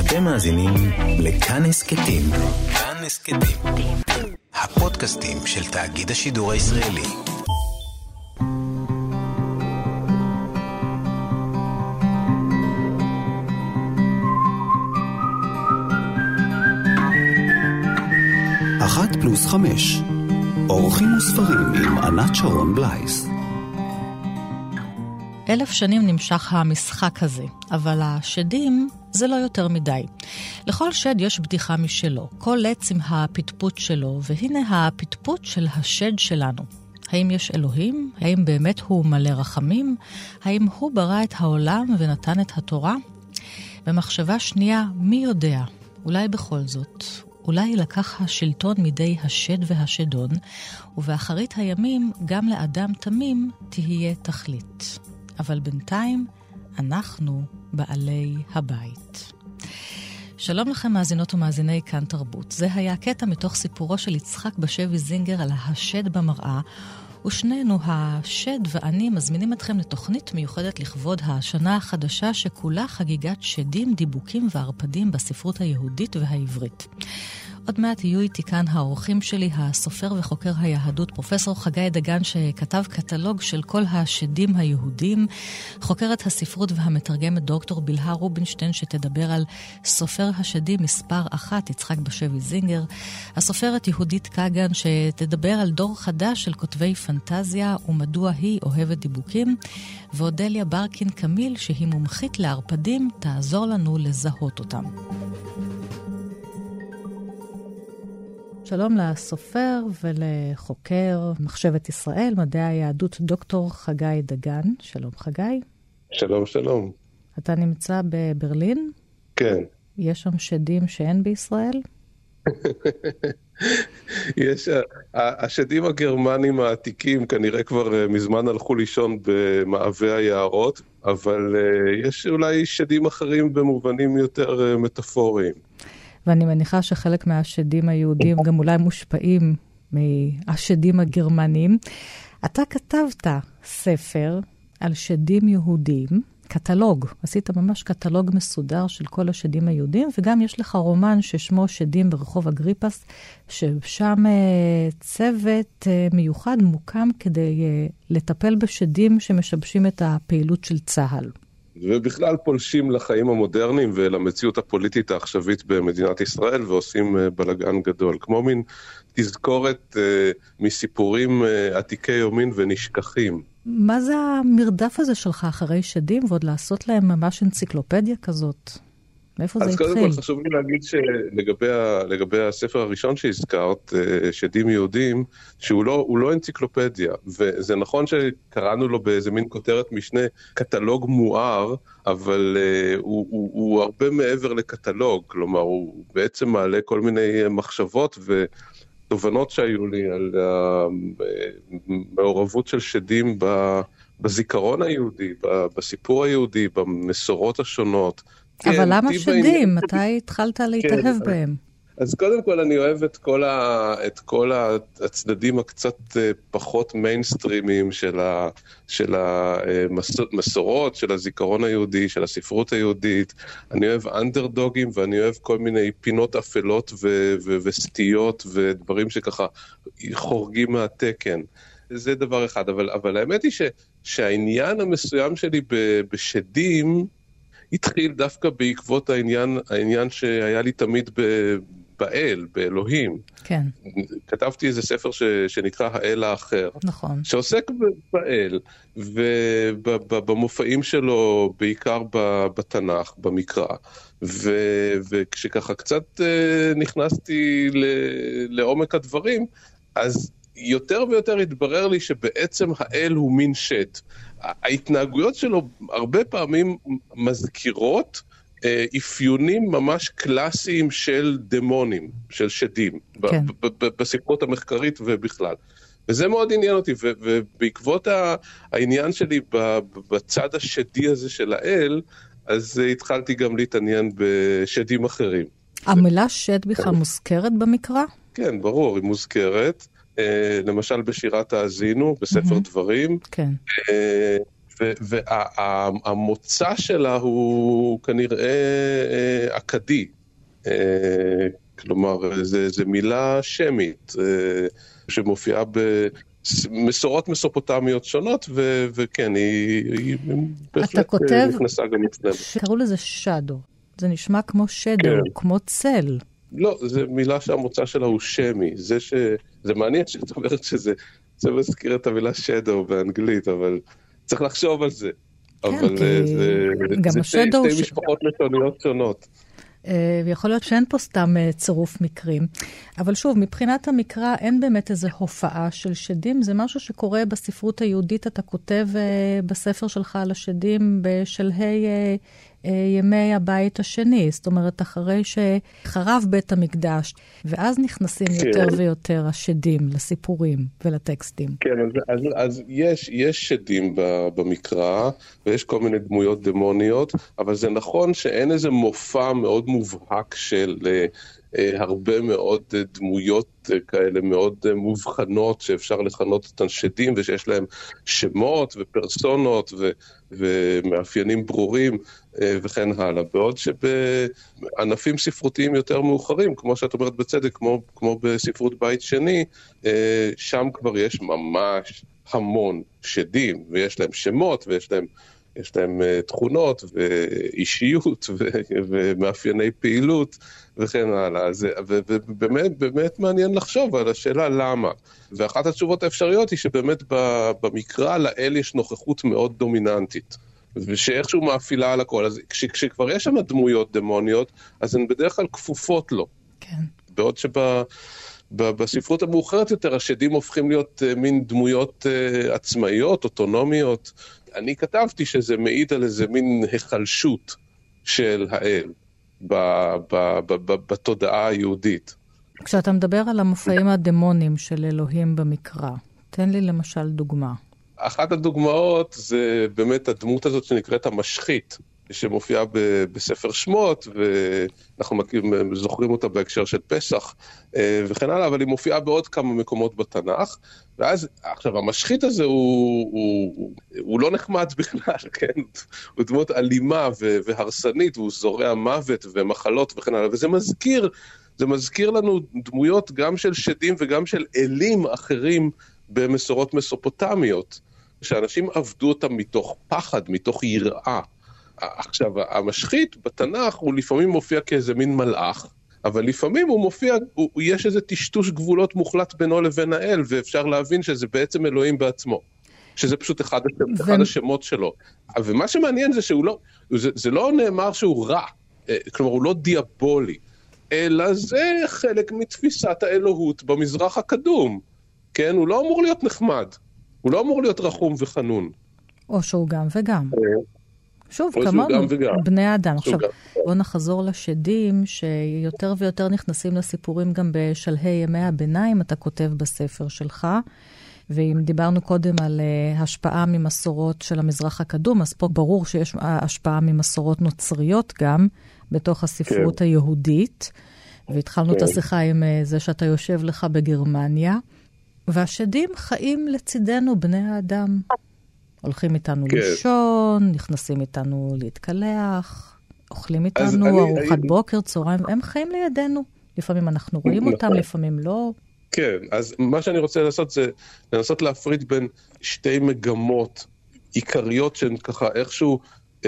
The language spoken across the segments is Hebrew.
אתם מאזינים לכאן הסכתים. כאן הסכתים. הפודקאסטים של תאגיד השידור הישראלי. אחת פלוס 5. אורחים וספרים עם ענת שרון בלייס. 1000 שנים נמשך המשחק הזה, אבל השדים זה לא יותר מדי. לכל שד יש בדיחה משלו, כל עץ עם הפטפוט שלו, והנה הפטפוט של השד שלנו. האם יש אלוהים? האם באמת הוא מלא רחמים? האם הוא ברא את העולם ונתן את התורה? במחשבה שנייה, מי יודע? אולי בכל זאת, אולי לקח השלטון מידי השד והשדון, ובאחרית הימים גם לאדם תמים תהיה תכלית. אבל בינתיים אנחנו בעלי הבית. שלום לכם מאזינות ומאזיני כאן תרבות. זה היה קטע מתוך סיפורו של יצחק בשבי זינגר על השד במראה, ושנינו, השד ואני, מזמינים אתכם לתוכנית מיוחדת לכבוד השנה החדשה שכולה חגיגת שדים, דיבוקים וערפדים בספרות היהודית והעברית. עוד מעט יהיו איתי כאן האורחים שלי, הסופר וחוקר היהדות, פרופסור חגי דגן, שכתב קטלוג של כל השדים היהודים, חוקרת הספרות והמתרגמת דוקטור בלהה רובינשטיין, שתדבר על סופר השדים מספר 1, יצחק בשבי זינגר, הסופרת יהודית קגן, שתדבר על דור חדש של כותבי פנטזיה ומדוע היא אוהבת דיבוקים, ואודליה ברקין קמיל, שהיא מומחית לערפדים, תעזור לנו לזהות אותם. שלום לסופר ולחוקר מחשבת ישראל, מדעי היהדות, דוקטור חגי דגן. שלום חגי. שלום, שלום. אתה נמצא בברלין? כן. יש שם שדים שאין בישראל? יש, השדים הגרמנים העתיקים כנראה כבר מזמן הלכו לישון במעבה היערות, אבל יש אולי שדים אחרים במובנים יותר מטאפוריים. ואני מניחה שחלק מהשדים היהודים גם אולי מושפעים מהשדים הגרמנים. אתה כתבת ספר על שדים יהודים, קטלוג, עשית ממש קטלוג מסודר של כל השדים היהודים, וגם יש לך רומן ששמו שדים ברחוב אגריפס, ששם צוות מיוחד מוקם כדי לטפל בשדים שמשבשים את הפעילות של צה"ל. ובכלל פולשים לחיים המודרניים ולמציאות הפוליטית העכשווית במדינת ישראל, ועושים בלגן גדול, כמו מין תזכורת מסיפורים עתיקי יומין ונשכחים. מה זה המרדף הזה שלך אחרי שדים, ועוד לעשות להם ממש אנציקלופדיה כזאת? מאיפה זה התחיל? אז קודם כל חשוב לי להגיד שלגבי הספר הראשון שהזכרת, שדים יהודים, שהוא לא אנציקלופדיה, וזה נכון שקראנו לו באיזה מין כותרת משנה קטלוג מואר, אבל הוא הרבה מעבר לקטלוג, כלומר הוא בעצם מעלה כל מיני מחשבות ותובנות שהיו לי על המעורבות של שדים בזיכרון היהודי, בסיפור היהודי, במסורות השונות. אבל למה שדים? מתי התחלת להתאהב בהם? אז קודם כל אני אוהב את כל הצדדים הקצת פחות מיינסטרימיים של המסורות, של הזיכרון היהודי, של הספרות היהודית. אני אוהב אנדרדוגים ואני אוהב כל מיני פינות אפלות וסטיות ודברים שככה חורגים מהתקן. זה דבר אחד, אבל האמת היא שהעניין המסוים שלי בשדים התחיל דווקא בעקבות העניין שהיה לי תמיד באל, באלוהים. כן. כתבתי איזה ספר שנקרא האל האחר. נכון. שעוסק באל, ובמופעים שלו בעיקר בתנ"ך, במקרא. וכשככה קצת נכנסתי לעומק הדברים, אז יותר ויותר התברר לי שבעצם האל הוא מין שד. ההתנהגויות שלו הרבה פעמים מזכירות אפיונים ממש קלאסיים של דמונים, של שדים, כן. בספרות המחקרית ובכלל. וזה מאוד עניין אותי, ובעקבות העניין שלי בצד השדי הזה של האל, אז התחלתי גם להתעניין בשדים אחרים. המילה שד בכלל מוזכרת במקרא? כן, ברור, היא מוזכרת. למשל בשירת האזינו, בספר דברים. כן. והמוצא שלה הוא כנראה אקדי. כלומר, זה מילה שמית שמופיעה במסורות מסופוטמיות שונות, וכן, היא בהחלט נכנסה גם אצלנו. קראו לזה שדו. זה נשמע כמו שדו, כמו צל. לא, זו מילה שהמוצא שלה הוא שמי. זה מעניין שאת אומרת שזה מזכיר את המילה שדו באנגלית, אבל צריך לחשוב על זה. אבל זה שתי משפחות לשוניות שונות. ויכול להיות שאין פה סתם צירוף מקרים. אבל שוב, מבחינת המקרא אין באמת איזו הופעה של שדים, זה משהו שקורה בספרות היהודית, אתה כותב בספר שלך על השדים בשלהי ימי הבית השני, זאת אומרת, אחרי שחרב בית המקדש, ואז נכנסים יותר ויותר השדים לסיפורים ולטקסטים. כן, אז יש שדים במקרא, ויש כל מיני דמויות דמוניות, אבל זה נכון שאין איזה מופע מאוד מובהק של הרבה מאוד דמויות כאלה מאוד מובחנות שאפשר לכנות אותן שדים, ושיש להם שמות ופרסונות ומאפיינים ברורים וכן הלאה. בעוד שבענפים ספרותיים יותר מאוחרים, כמו שאת אומרת בצדק, כמו בספרות בית שני, שם כבר יש ממש המון שדים, ויש להם שמות, יש להם תכונות ואישיות ומאפייני פעילות וכן הלאה. ובאמת מעניין לחשוב על השאלה למה. ואחת התשובות האפשריות היא שבאמת במקרא לאל יש נוכחות מאוד דומיננטית. ושאיכשהו מאפילה על הכל. אז כשכבר יש שם דמויות דמוניות, אז הן בדרך כלל כפופות לו. כן. בעוד בספרות המאוחרת יותר, השדים הופכים להיות מין דמויות עצמאיות, אוטונומיות. אני כתבתי שזה מעיד על איזה מין החלשות של האל בתודעה היהודית. כשאתה מדבר על המופעים הדמונים של אלוהים במקרא, תן לי למשל דוגמה. אחת הדוגמאות זה באמת הדמות הזאת שנקראת המשחית, שמופיעה בספר שמות, ואנחנו זוכרים אותה בהקשר של פסח וכן הלאה, אבל היא מופיעה בעוד כמה מקומות בתנ"ך, ואז עכשיו המשחית הזה הוא לא נחמד בכלל, כן? הוא דמות אלימה והרסנית, והוא זורע מוות ומחלות וכן הלאה, וזה מזכיר לנו דמויות גם של שדים וגם של אלים אחרים במסורות מסופוטמיות, שאנשים עבדו אותם מתוך פחד, מתוך יראה. עכשיו, המשחית בתנ"ך הוא לפעמים מופיע כאיזה מין מלאך, אבל לפעמים הוא מופיע, יש איזה טשטוש גבולות מוחלט בינו לבין האל, ואפשר להבין שזה בעצם אלוהים בעצמו, שזה פשוט אחד השמות שלו. ומה שמעניין זה זה לא נאמר שהוא רע, כלומר הוא לא דיאבולי, אלא זה חלק מתפיסת האלוהות במזרח הקדום, כן? הוא לא אמור להיות נחמד, הוא לא אמור להיות רחום וחנון. או שהוא גם וגם. שוב, כמונו, בני האדם. עכשיו, בוא נחזור לשדים, שיותר ויותר נכנסים לסיפורים גם בשלהי ימי הביניים, אתה כותב בספר שלך, ואם דיברנו קודם על השפעה ממסורות של המזרח הקדום, אז פה ברור שיש השפעה ממסורות נוצריות גם, בתוך הספרות היהודית, והתחלנו את השיחה עם זה שאתה יושב לך בגרמניה, והשדים חיים לצידנו בני האדם. הולכים איתנו לישון, נכנסים איתנו להתקלח, אוכלים איתנו ארוחת בוקר, צהריים, הם חיים לידינו. לפעמים אנחנו רואים אותם, לפעמים לא. כן, אז מה שאני רוצה לעשות זה לנסות להפריד בין שתי מגמות עיקריות שהן ככה איכשהו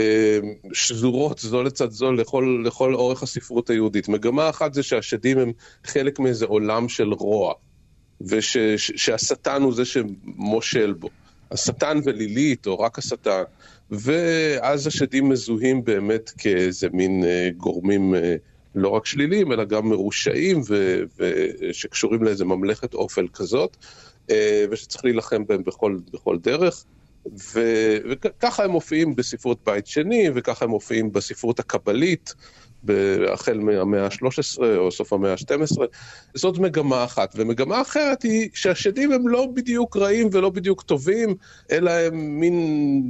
שזורות זו לצד זו לכל אורך הספרות היהודית. מגמה אחת זה שהשדים הם חלק מאיזה עולם של רוע, ושהשטן הוא זה שמושל בו. השטן ולילית, או רק השטן, ואז השדים מזוהים באמת כאיזה מין גורמים לא רק שליליים, אלא גם מרושעים, שקשורים לאיזה ממלכת אופל כזאת, ושצריך להילחם בהם בכל דרך, וככה הם מופיעים בספרות בית שני, וככה הם מופיעים בספרות הקבלית, החל מהמאה ה-13 או סוף המאה ה-12, זאת מגמה אחת. ומגמה אחרת היא שהשדים הם לא בדיוק רעים ולא בדיוק טובים, אלא הם מין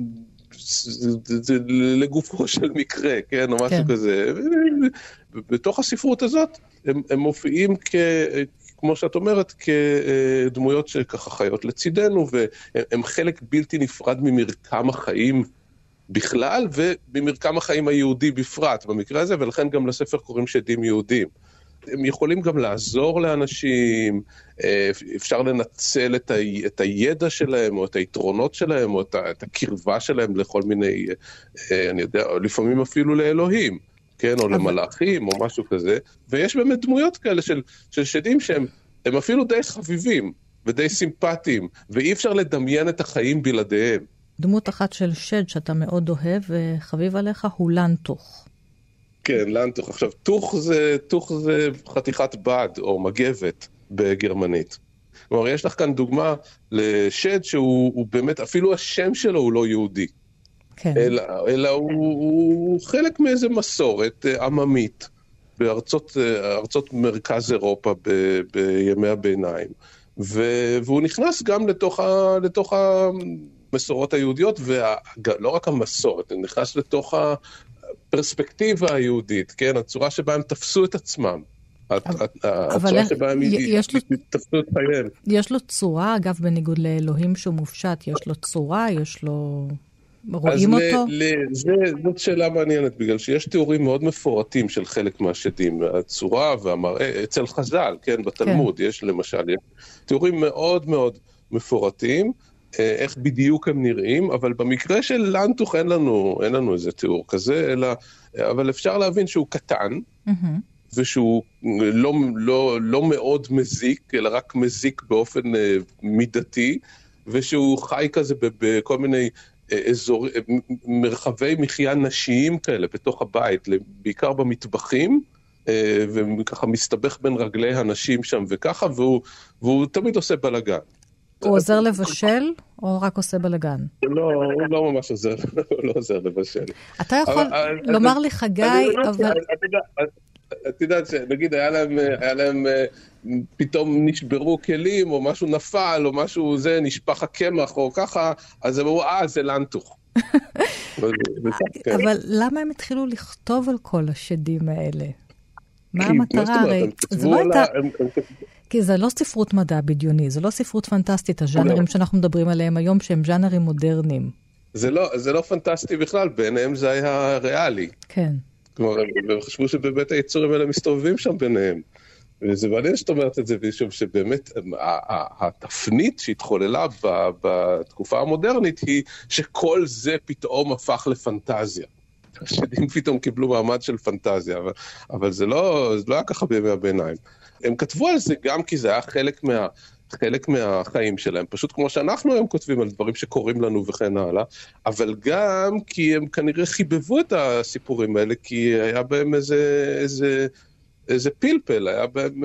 לגופו של מקרה, כן, או משהו כזה. בתוך הספרות הזאת הם מופיעים כמו שאת אומרת, כדמויות שככה חיות לצידנו, והם חלק בלתי נפרד ממרקם החיים בכלל, וממרקם החיים היהודי בפרט במקרה הזה, ולכן גם לספר קוראים שדים יהודים. הם יכולים גם לעזור לאנשים, אפשר לנצל את הידע שלהם, או את היתרונות שלהם, או את הקרבה שלהם לכל מיני, אני יודע, לפעמים אפילו לאלוהים, כן, או למלאכים, או משהו כזה, ויש באמת דמויות כאלה של שדים שהם אפילו די חביבים, ודי סימפטיים, ואי אפשר לדמיין את החיים בלעדיהם. דמות אחת של שד שאתה מאוד אוהב וחביב עליך הוא לנטוך. כן, לנטוך. עכשיו, תוך זה חתיכת בד או מגבת בגרמנית. כלומר, יש לך כאן דוגמה לשד שהוא באמת, אפילו השם שלו הוא לא יהודי. כן. אלא הוא חלק מאיזה מסורת עממית בארצות מרכז אירופה בימי הביניים. והוא נכנס גם לתוך המסורות היהודיות, ולא רק המסורת, הוא נכנס לתוך הפרספקטיבה היהודית, כן? הצורה שבה הם תפסו את עצמם. הצורה שבה הם תפסו את חייהם. יש לו צורה, אגב, בניגוד לאלוהים שהוא מופשט, יש לו צורה, יש לו... רואים אותו? זאת שאלה מעניינת, בגלל שיש תיאורים מאוד מפורטים של חלק מהשדים, הצורה והמראה, אצל חז"ל, כן, בתלמוד, יש למשל, תיאורים מאוד מאוד מפורטים, איך בדיוק הם נראים, אבל במקרה של לנטוך אין לנו איזה תיאור כזה, אבל אפשר להבין שהוא קטן, ושהוא לא מאוד מזיק, אלא רק מזיק באופן מידתי, ושהוא חי כזה בכל מיני מרחבי מחיה נשיים כאלה בתוך הבית, בעיקר במטבחים, וככה מסתבך בין רגלי הנשים שם וככה, והוא תמיד עושה בלגן. הוא עוזר לבשל או רק עושה בלגן? לא, הוא לא ממש עוזר, הוא לא עוזר לבשל. אתה יכול לומר לי חגי, אבל... את יודעת שנגיד היה להם פתאום נשברו כלים או משהו נפל או משהו זה, נשפח הקמח או ככה, אז הם אמרו, זה לנטוך. אבל למה הם התחילו לכתוב על כל השדים האלה? מה המטרה? כי זה לא ספרות מדע בדיוני, זה לא ספרות פנטסטית, הז'אנרים שאנחנו מדברים עליהם היום שהם ז'אנרים מודרניים. זה לא פנטסטי בכלל, ביניהם זה היה ריאלי. כן. כלומר, הם חשבו שבאמת היצורים האלה מסתובבים שם ביניהם. וזה מעניין שאת אומרת את זה, משום שבאמת התפנית שהתחוללה בתקופה המודרנית היא שכל זה פתאום הפך לפנטזיה. השדים פתאום קיבלו מעמד של פנטזיה, אבל זה לא היה ככה בימי הביניים. הם כתבו על זה גם כי זה היה חלק מהחיים שלהם, פשוט כמו שאנחנו היום כותבים על דברים שקורים לנו וכן הלאה, אבל גם כי הם כנראה חיבבו את הסיפורים האלה, כי היה בהם איזה פלפל, היה בהם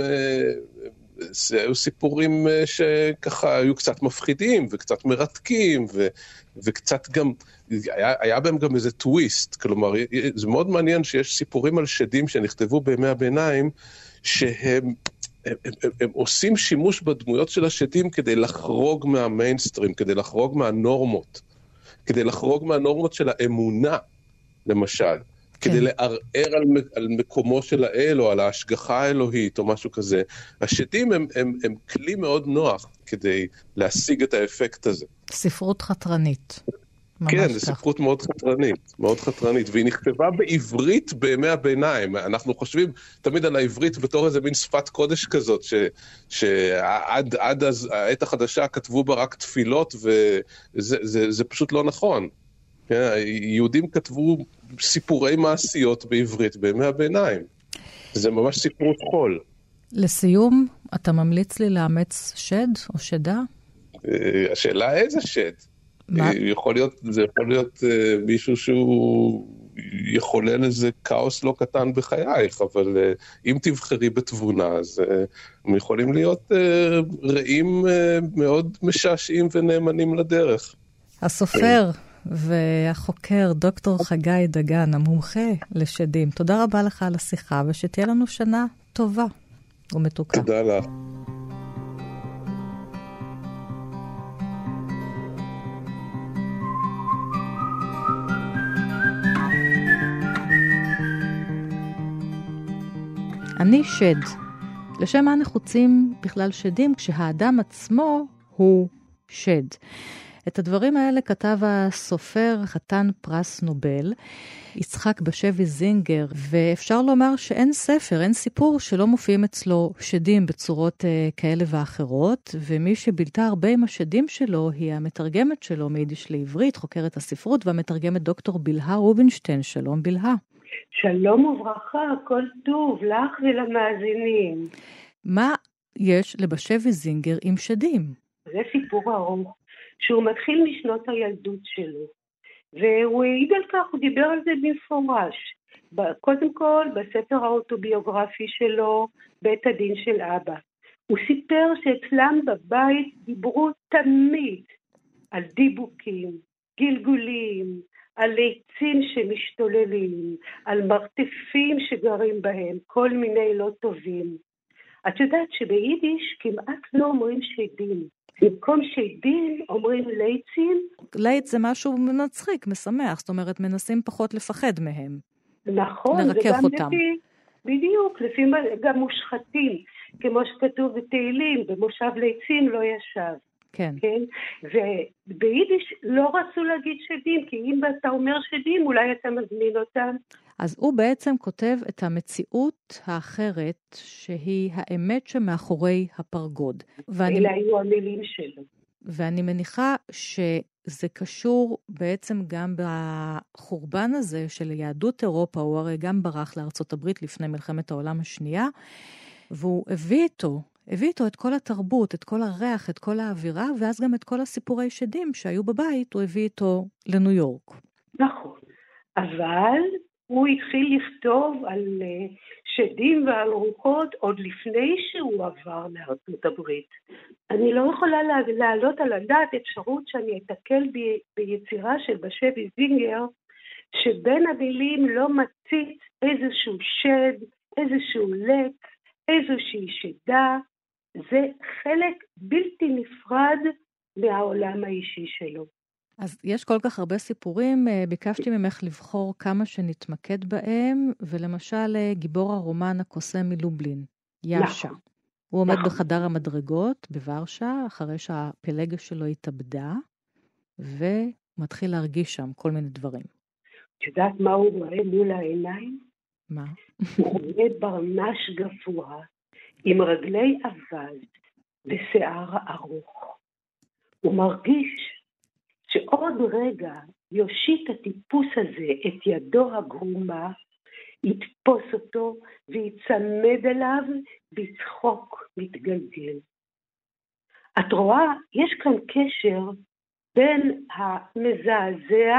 היו סיפורים שככה היו קצת מפחידים וקצת מרתקים, וקצת גם, היה בהם גם איזה טוויסט, כלומר, זה מאוד מעניין שיש סיפורים על שדים שנכתבו בימי הביניים, שהם הם עושים שימוש בדמויות של השדים כדי לחרוג מהמיינסטרים, כדי לחרוג מהנורמות, כדי לחרוג מהנורמות של האמונה, למשל, כדי לערער על מקומו של האל או על ההשגחה האלוהית או משהו כזה. השדים הם כלי מאוד נוח כדי להשיג את האפקט הזה. ספרות חתרנית. כן, זו ספרות מאוד חתרנית, והיא נכתבה בעברית בימי הביניים. אנחנו חושבים תמיד על העברית בתור איזה מין שפת קודש כזאת, שעד אז העת החדשה כתבו בה רק תפילות, וזה פשוט לא נכון. יהודים כתבו סיפורי מעשיות בעברית בימי הביניים. זה ממש ספרות חול. לסיום, אתה ממליץ לי לאמץ שד או שדה? השאלה איזה שד? זה יכול להיות מישהו שהוא יחולל איזה כאוס לא קטן בחייך, אבל אם תבחרי בתבונה, אז הם יכולים להיות רעים מאוד משעשעים ונאמנים לדרך. הסופר והחוקר דוקטור חגי דגן, המומחה לשדים, תודה רבה לך על השיחה, ושתהיה לנו שנה טובה ומתוקה. תודה לך. אני שד, לשם מה נחוצים בכלל שדים כשהאדם עצמו הוא שד? את הדברים האלה כתב הסופר חתן פרס נובל, יצחק בשבי זינגר, ואפשר לומר שאין ספר, אין סיפור שלא מופיעים אצלו שדים בצורות כאלה ואחרות, ומי שבילתה הרבה עם השדים שלו היא המתרגמת שלו מיידיש לעברית, חוקרת הספרות והמתרגמת דוקטור בלהה רובינשטיין. שלום בלהה. שלום וברכה, כל טוב לך ולמאזינים. מה יש לבשבי זינגר עם שדים? זה סיפור ארוך, שהוא מתחיל משנות הילדות שלו, והוא העיד על כך, הוא דיבר על זה במפורש. קודם כל, בספר האוטוביוגרפי שלו, בית הדין של אבא. הוא סיפר שאצלם בבית דיברו תמיד על דיבוקים, גלגולים, על ליצים שמשתוללים, על מרתפים שגרים בהם, כל מיני לא טובים. את יודעת שביידיש כמעט לא אומרים שדים. במקום שדים אומרים ליצים. ליץ זה משהו מצחיק, משמח, זאת אומרת מנסים פחות לפחד מהם. נכון, לרכך אותם. בדיוק, לפי גם מושחתים, כמו שכתוב בתהילים, במושב ליצים לא ישב. כן. כן? וביידיש לא רצו להגיד שדים, כי אם אתה אומר שדים, אולי אתה מזמין אותם. אז הוא בעצם כותב את המציאות האחרת, שהיא האמת שמאחורי הפרגוד. אלה היו המילים שלו. ואני מניחה שזה קשור בעצם גם בחורבן הזה של יהדות אירופה, הוא הרי גם ברח לארצות הברית לפני מלחמת העולם השנייה, והוא הביא איתו את כל התרבות, את כל הריח, את כל האווירה, ואז גם את כל הסיפורי שדים שהיו בבית, הוא הביא איתו לניו יורק. נכון, אבל הוא התחיל לכתוב על שדים ועל רוחות עוד לפני שהוא עבר לארצות הברית. אני לא יכולה להעלות על הדעת אפשרות שאני אתקל ביצירה של בשבי זינגר, שבין המילים לא מציץ איזשהו שד, איזשהו לק, איזושהי שדה. זה חלק בלתי נפרד מהעולם האישי שלו. אז יש כל כך הרבה סיפורים, ביקשתי ממך לבחור כמה שנתמקד בהם, ולמשל גיבור הרומן הקוסם מלובלין, יאשה. נכון. הוא עומד נכון. בחדר המדרגות בוורשה, אחרי שהפלגה שלו התאבדה, ומתחיל להרגיש שם כל מיני דברים. את יודעת מה הוא רואה מול העיניים? מה? הוא רואה ברנש גבוה, עם רגלי אבז ושיער ארוך. הוא מרגיש שעוד רגע יושיט הטיפוס הזה את ידו הגרומה, יתפוס אותו ויצמד אליו בצחוק מתגלגל. את רואה, יש כאן קשר בין המזעזע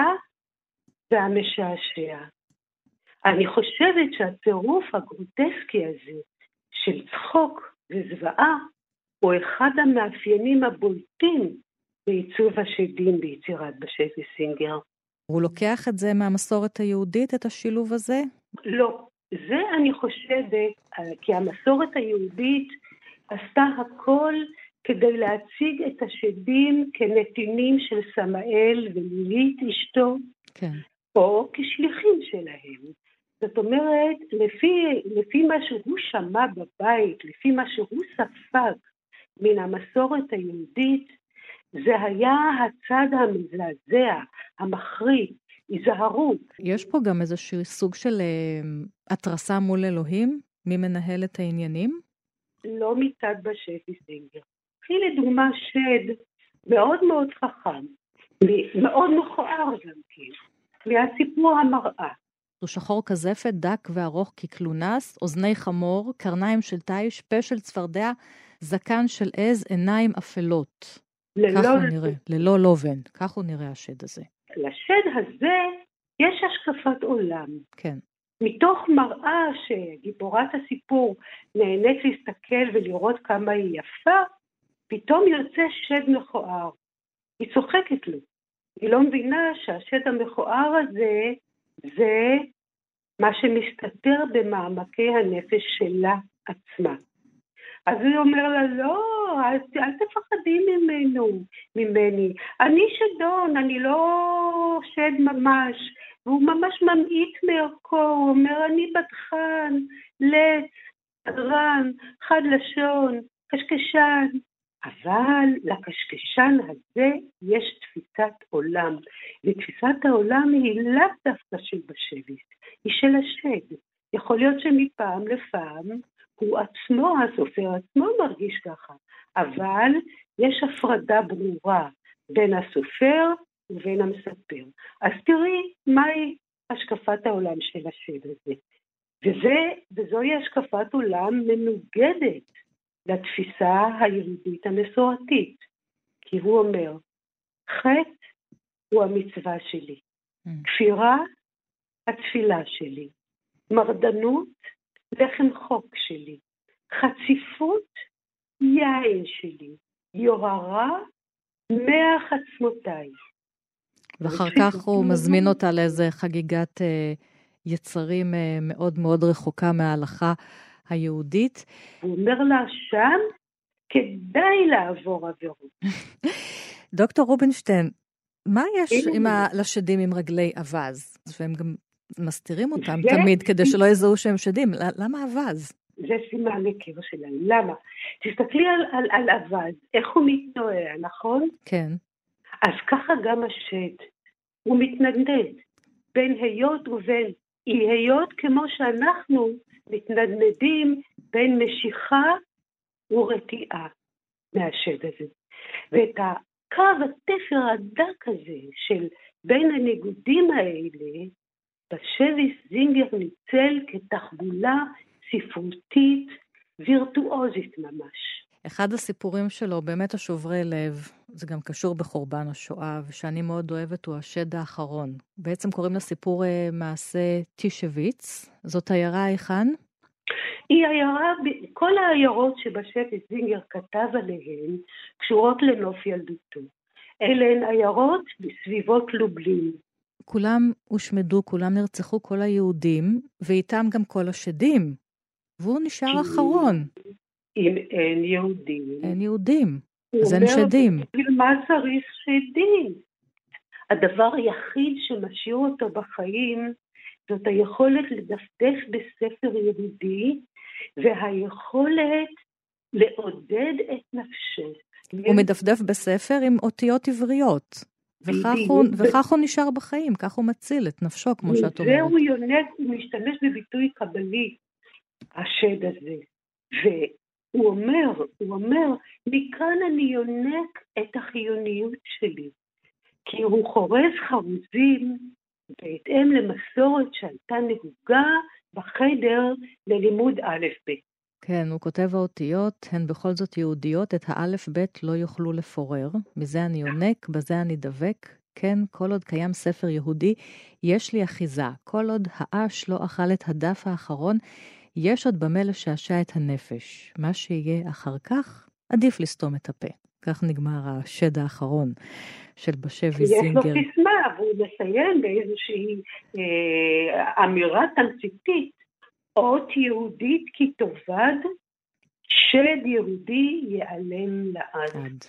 והמשעשע. אני חושבת שהצירוף הגרוטסקי הזה של צחוק וזוועה הוא אחד המאפיינים הבולטים בעיצוב השדים ביצירת בשבי זינגר. הוא לוקח את זה מהמסורת היהודית, את השילוב הזה? לא, זה אני חושבת, כי המסורת היהודית עשתה הכל כדי להציג את השדים כנתינים של סמאל ולילית אשתו, כן. או כשליחים שלהם. זאת אומרת, לפי מה שהוא שמע בבית, לפי מה שהוא ספג מן המסורת היהודית, זה היה הצד המזעזע, המחריד, היזהרו. יש פה גם איזשהו סוג של התרסה מול אלוהים? מי מנהל את העניינים? לא מצד בשבי זינגר. קחי לדוגמה שד מאוד מאוד חכם, מאוד מכוער גם כן, מהסיפור המראה. הוא שחור כזפת, דק וארוך ככלונס, אוזני חמור, קרניים של תיש, פה של צפרדע, זקן של עז, עיניים אפלות. כך הוא נראה, ללא לובן. כך הוא נראה השד הזה. לשד הזה יש השקפת עולם. כן. מתוך מראה שגיבורת הסיפור נהנית להסתכל ולראות כמה היא יפה, פתאום יוצא שד מכוער. היא צוחקת לו. היא לא מבינה שהשד המכוער הזה זה מה שמסתתר במעמקי הנפש שלה עצמה. אז הוא אומר לה, לא, אל תפחדי ממני. אני שדון, אני לא שד ממש. והוא ממש ממעיט מערכו, הוא אומר, אני בטחן, לץ, שקרן, חד לשון, קשקשן. אבל לקשקשן הזה יש תפיסת עולם, ותפיסת העולם היא לאו דווקא של בשביס, היא של השד. יכול להיות שמפעם לפעם הוא עצמו, הסופר עצמו מרגיש ככה, אבל יש הפרדה ברורה בין הסופר ובין המספר. אז תראי מהי השקפת העולם של השד הזה. וזוהי השקפת עולם מנוגדת לתפיסה היהודית המסורתית. כי הוא אומר, חטא הוא המצווה שלי, כפירה התפילה שלי, מרדנות לחם חוק שלי, חציפות יין שלי, יוהרה מח עצמותיי. ואחר כך הוא מזמין אותה לאיזה חגיגת יצרים מאוד מאוד רחוקה מההלכה היהודית. הוא אומר לה שם, כדאי לעבור עבירות. דוקטור רובינשטיין, מה יש לשדים עם רגלי אבז? והם גם מסתירים אותם תמיד כדי שלא יזהו שהם שדים. למה אבז? זה סימן לקר שלהם. למה? תסתכלי על אבז, איך הוא מתנועע, נכון? כן. אז ככה גם השד. הוא מתנדנד בין היות ובין אי היות, כמו שאנחנו מתנדנדים בין משיכה ורתיעה מהשד הזה. ואת הקו התפר הדק הזה של בין הניגודים האלה, בשביס זינגר ניצל כתחבולה ספרותית וירטואוזית ממש. אחד הסיפורים שלו, באמת השוברי לב, זה גם קשור בחורבן השואה, ושאני מאוד אוהבת, הוא השד האחרון. בעצם קוראים לסיפור מעשה טישוויץ. זאת עיירה היכן? היא עיירה, כל העיירות שבשביס זינגר כתב עליהן, קשורות לנוף ילדותו. אלה הן עיירות בסביבות לובלין. כולם הושמדו, כולם נרצחו, כל היהודים, ואיתם גם כל השדים. והוא נשאר אחרון. אם אין יהודים. אין יהודים. אז אין שדים. בשביל מה צריך שדים? הדבר היחיד שמשאיר אותו בחיים, זאת היכולת לדפדף בספר יהודי, והיכולת לעודד את נפשו. הוא מדפדף בספר עם אותיות עבריות. וכך הוא נשאר בחיים, כך הוא מציל את נפשו, כמו שאת אומרת. זהו יונק, הוא משתמש בביטוי קבלי, השד הזה. והוא אומר, מכאן אני יונק את החיוניות שלי. כי הוא חורז חרוזים בהתאם למסורת שהייתה נהוגה בחדר ללימוד א' ב'. כן, הוא כותב האותיות, הן בכל זאת יהודיות, את האלף בית לא יוכלו לפורר, מזה אני יונק, בזה אני דבק, כן, כל עוד קיים ספר יהודי, יש לי אחיזה, כל עוד האש לא אכל את הדף האחרון, יש עוד במה לשעשע את הנפש, מה שיהיה אחר כך, עדיף לסתום את הפה. כך נגמר השד האחרון של בשביס זינגר. יש לו סיסמה, והוא מסיים באיזושהי אמירה תמציתית, אות יהודית כי תאבד, שד יהודי ייעלם לעד.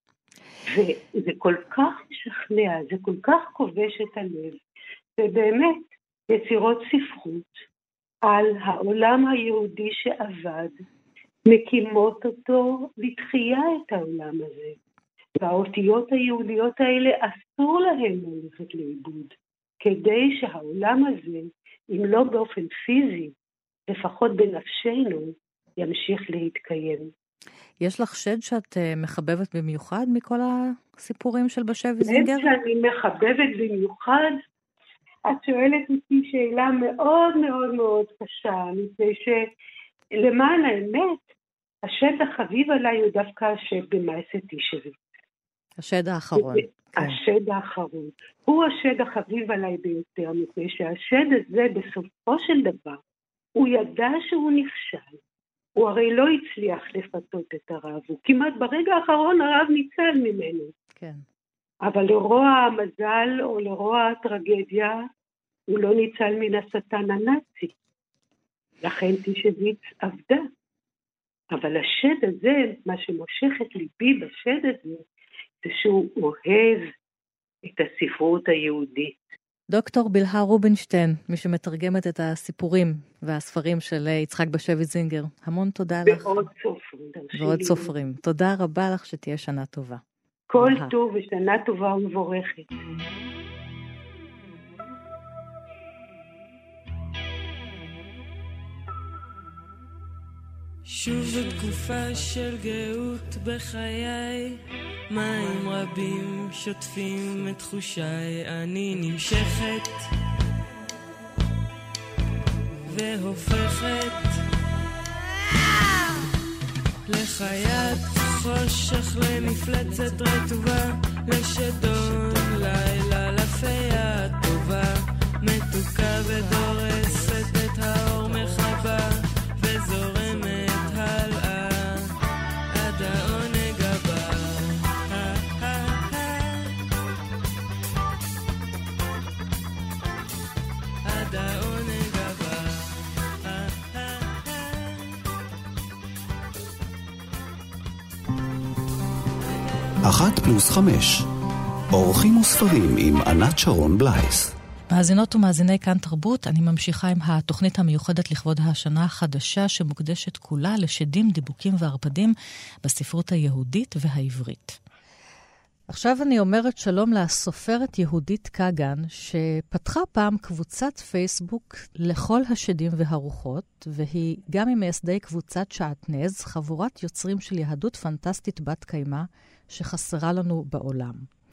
וזה כל כך משכנע, זה כל כך כובש את הלב, ובאמת יצירות ספרות על העולם היהודי שעבד, מקימות אותו לתחייה את העולם הזה. והאותיות היהודיות האלה אסור להם ללכת לאיבוד, כדי שהעולם הזה, אם לא באופן פיזי, לפחות בנפשנו, ימשיך להתקיים. יש לך שד שאת מחבבת במיוחד מכל הסיפורים של בשביס זינגר? שד שאני מחבבת במיוחד, את שואלת אותי שאלה מאוד מאוד מאוד קשה, מפני שלמען האמת, השד החביב עליי הוא דווקא השד במעשה טישוויץ. השד האחרון. השד האחרון. הוא השד החביב עליי ביותר, מפני שהשד הזה בסופו של דבר, הוא ידע שהוא נכשל. הוא הרי לא הצליח לפתות את הרב, הוא כמעט ברגע האחרון הרב ניצל ממנו. כן. אבל לרוע המזל או לרוע הטרגדיה, הוא לא ניצל מן השטן הנאצי. לכן טישוויץ עבדה. אבל השד הזה, מה שמושך את ליבי בשד הזה, זה שהוא אוהב את הספרות היהודית. דוקטור בלהה רובינשטיין, מי שמתרגמת את הסיפורים והספרים של יצחק בשביט זינגר. המון תודה לך. ועוד סופרים. תודה רבה לך, שתהיה שנה טובה. כל טוב ושנה טובה ומבורכת. שוב תקופה של גאות בחיי, מים רבים שוטפים את תחושיי, אני נמשכת והופכת לחיית חושך, למפלצת רטובה, לשדון לילה, לפייה טובה, מתוקה ודורסת את האור מחבה וזורמת הלאה עד העונג הבא. עד העונג הבא. 1+5 אורחים וספרים עם ענת שרון בלייס. מאזינות ומאזיני כאן תרבות, אני ממשיכה עם התוכנית המיוחדת לכבוד השנה החדשה שמוקדשת כולה לשדים, דיבוקים וערפדים בספרות היהודית והעברית. עכשיו אני אומרת שלום לסופרת יהודית קגן, שפתחה פעם קבוצת פייסבוק לכל השדים והרוחות, והיא גם ממייסדי קבוצת שעטנז, חבורת יוצרים של יהדות פנטסטית בת קיימה שחסרה לנו בעולם.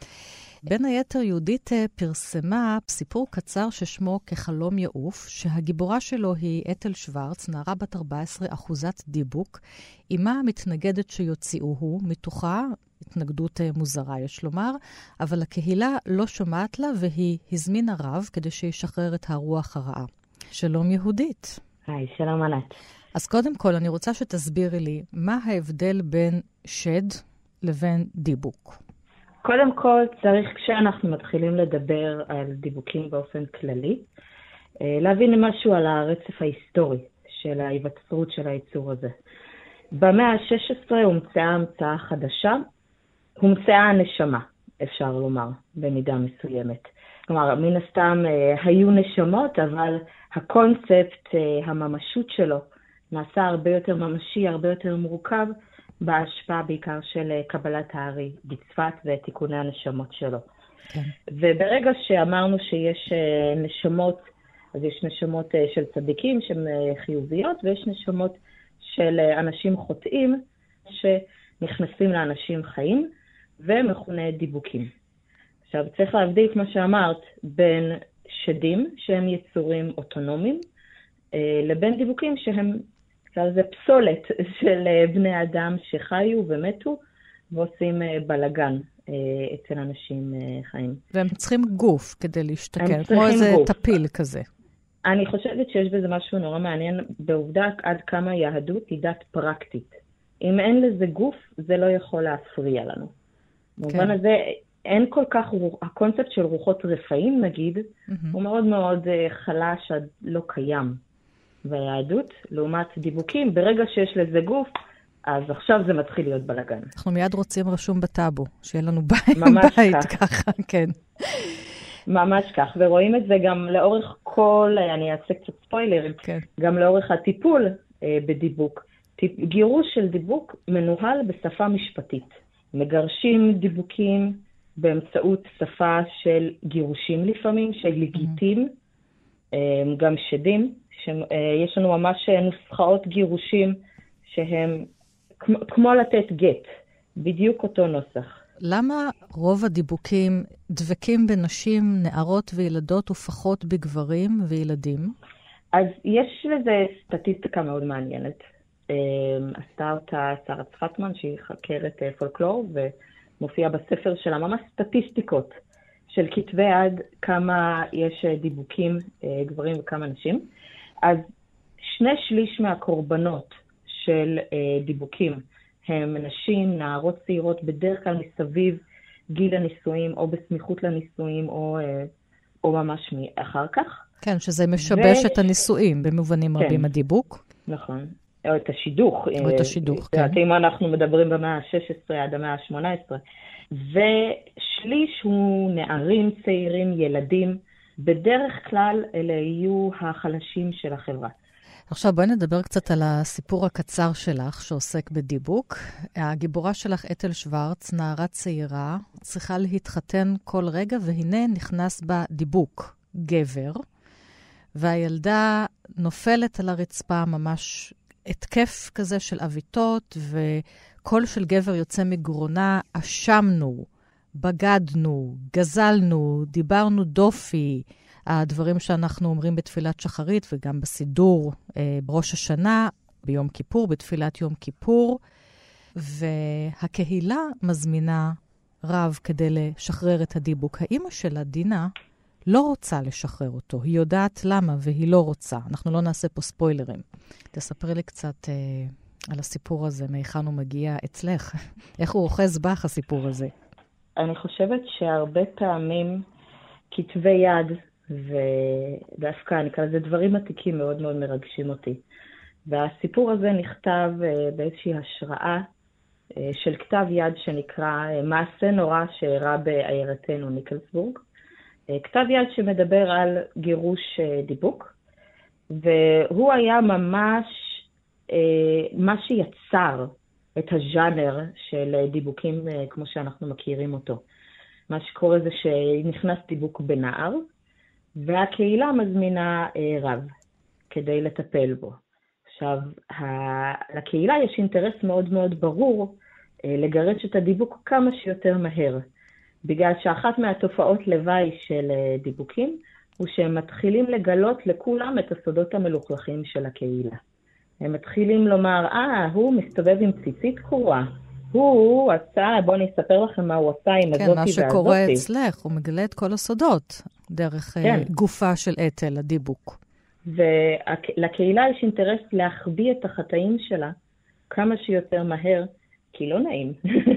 בין היתר יהודית פרסמה סיפור קצר ששמו כחלום יעוף, שהגיבורה שלו היא אתל שוורץ, נערה בת 14, אחוזת דיבוק, אימה מתנגדת שיוציאוהו, מתוכה התנגדות מוזרה יש לומר, אבל הקהילה לא שומעת לה והיא הזמינה רב כדי שישחרר את הרוח הרעה. שלום יהודית. היי, שלום ענת. אז קודם כל אני רוצה שתסבירי לי מה ההבדל בין שד לבין דיבוק. קודם כל צריך כשאנחנו מתחילים לדבר על דיבוקים באופן כללי, להבין משהו על הרצף ההיסטורי של ההיווצרות של היצור הזה. במאה ה-16 הומצאה המצאה חדשה, הומצאה הנשמה, אפשר לומר, במידה מסוימת. כלומר, מן הסתם היו נשמות, אבל הקונספט, הממשות שלו, נעשה הרבה יותר ממשי, הרבה יותר מורכב, בהשפעה בעיקר של קבלת הארי בצפת ותיקוני הנשמות שלו. כן. וברגע שאמרנו שיש נשמות, אז יש נשמות של צדיקים שהן חיוביות, ויש נשמות של אנשים חוטאים שנכנסים לאנשים חיים, ומכונה דיבוקים. עכשיו צריך להבדיל, כמו שאמרת, בין שדים שהם יצורים אוטונומיים, לבין דיבוקים שהם זה פסולת של בני אדם שחיו ומתו ועושים בלגן אצל אנשים חיים. והם צריכים גוף כדי להשתכן, כמו איזה טפיל כזה. אני חושבת שיש בזה משהו נורא מעניין, בעובדה עד כמה יהדות היא דת פרקטית. אם אין לזה גוף, זה לא יכול להפריע לנו. במובן הזה, אין כל כך, הקונספט של רוחות רפאים נגיד, הוא מאוד מאוד חלש, לא קיים. והיהדות, לעומת דיבוקים, ברגע שיש לזה גוף, אז עכשיו זה מתחיל להיות בלגן. אנחנו מיד רוצים רשום בטאבו, שיהיה לנו בית ככה, כן. ממש כך, ורואים את זה גם לאורך כל, אני אעשה קצת ספוילר, כן. גם לאורך הטיפול בדיבוק. גירוש של דיבוק מנוהל בשפה משפטית. מגרשים דיבוקים באמצעות שפה של גירושים לפעמים, של לגיטים, גם שדים. יש לנו ממש נוסחאות גירושים שהם כמו לתת גט, בדיוק אותו נוסח. למה רוב הדיבוקים דבקים בנשים, נערות וילדות ופחות בגברים וילדים? אז יש לזה סטטיסטיקה מאוד מעניינת. עשתה אותה שרה צחטמן שהיא חקרת פולקלור ומופיעה בספר שלה ממש סטטיסטיקות של כתבי יד כמה יש דיבוקים גברים וכמה נשים. אז 2/3 מהקורבנות של דיבוקים הם נשים, נערות צעירות, בדרך כלל מסביב גיל הנישואים, או בסמיכות לנישואים, או ממש אחר כך. כן, שזה משבש את הנישואים במובנים רבים הדיבוק. נכון, או את השידוך. או את השידוך, כן. אם אנחנו מדברים במאה ה-16 עד המאה ה-18. ו1/3 הוא נערים, צעירים, ילדים, בדרך כלל אלה יהיו החלשים של החברה. עכשיו בואי נדבר קצת על הסיפור הקצר שלך שעוסק בדיבוק. הגיבורה שלך, אתל שוורץ, נערה צעירה, צריכה להתחתן כל רגע, והנה נכנס בה דיבוק, גבר, והילדה נופלת על הרצפה, ממש התקף כזה של אביתות, וקול של גבר יוצא מגרונה, אשמנו, בגדנו, גזלנו, דיברנו דופי, הדברים שאנחנו אומרים בתפילת שחרית וגם בסידור בראש השנה, ביום כיפור, בתפילת יום כיפור, והקהילה מזמינה רב כדי לשחרר את הדיבוק. האמא שלה, דינה, לא רוצה לשחרר אותו. היא יודעת למה והיא לא רוצה. אנחנו לא נעשה פה ספוילרים. תספרי לי קצת על הסיפור הזה, מהיכן הוא מגיע אצלך. איך הוא אוחז בך הסיפור הזה? אני חושבת שהרבה פעמים כתבי יד, ודווקא אני קורא לזה דברים עתיקים מאוד מאוד מרגשים אותי. והסיפור הזה נכתב באיזושהי השראה של כתב יד שנקרא מעשה נורא שאירע בעיירתנו ניקלסבורג. כתב יד שמדבר על גירוש דיבוק, והוא היה ממש מה שיצר את הז'אנר של דיבוקים כמו שאנחנו מכירים אותו. מה שקורה זה שנכנס דיבוק בנער, והקהילה מזמינה רב כדי לטפל בו. עכשיו, לקהילה יש אינטרס מאוד מאוד ברור לגרש את הדיבוק כמה שיותר מהר, בגלל שאחת מהתופעות לוואי של דיבוקים הוא שהם מתחילים לגלות לכולם את הסודות המלוכלכים של הקהילה. הם מתחילים לומר, הוא מסתובב עם ציצית קרועה, הוא עשה, בוא נספר לכם מה הוא עשה עם הזאתי והזאתי. כן, מה שקורה אצלך, הוא מגלה את כל הסודות דרך גופה של אתל, הדיבוק. ולקהילה יש אינטרס להחביא את החטאים שלה כמה שיותר מהר, כי לא נעים.